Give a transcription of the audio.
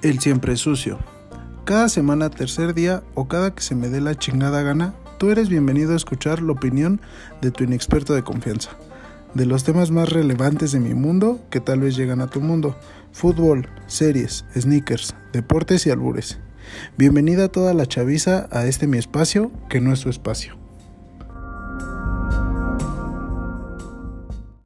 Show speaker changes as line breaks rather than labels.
El siempre sucio. Cada semana, tercer día o cada que se me dé la chingada gana, tú eres bienvenido a escuchar la opinión de tu inexperto de confianza, de los temas más relevantes de mi mundo que tal vez llegan a tu mundo: fútbol, series, sneakers, deportes y albures. Bienvenida a toda la chaviza a este mi espacio, que no es tu espacio.